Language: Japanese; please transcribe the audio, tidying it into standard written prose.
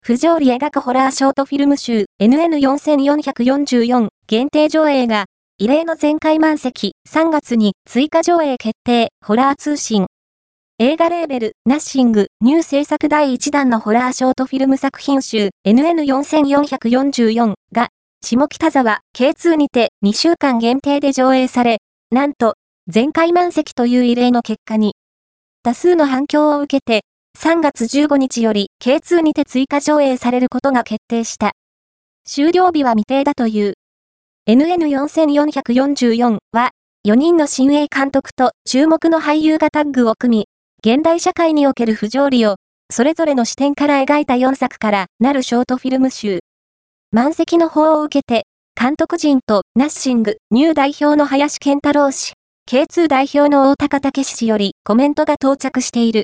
不条理描くホラーショートフィルム集 NN4444 限定上映が、異例の全開満席、3月に追加上映決定、ホラー通信。映画レーベル、ナッシング、ニュー制作第1弾のホラーショートフィルム作品集 NN4444 が、下北沢 K2 にて2週間限定で上映され、なんと、全開満席という異例の結果に、多数の反響を受けて、3月15日より K2 にて追加上映されることが決定した。終了日は未定だという。NN4444 は、4人の新鋭監督と注目の俳優がタッグを組み、現代社会における不条理を、それぞれの視点から描いた4作からなるショートフィルム集。満席の報を受けて、監督陣とナッシング、ニュー代表の林健太郎氏、K2 代表の大高武氏よりコメントが到着している。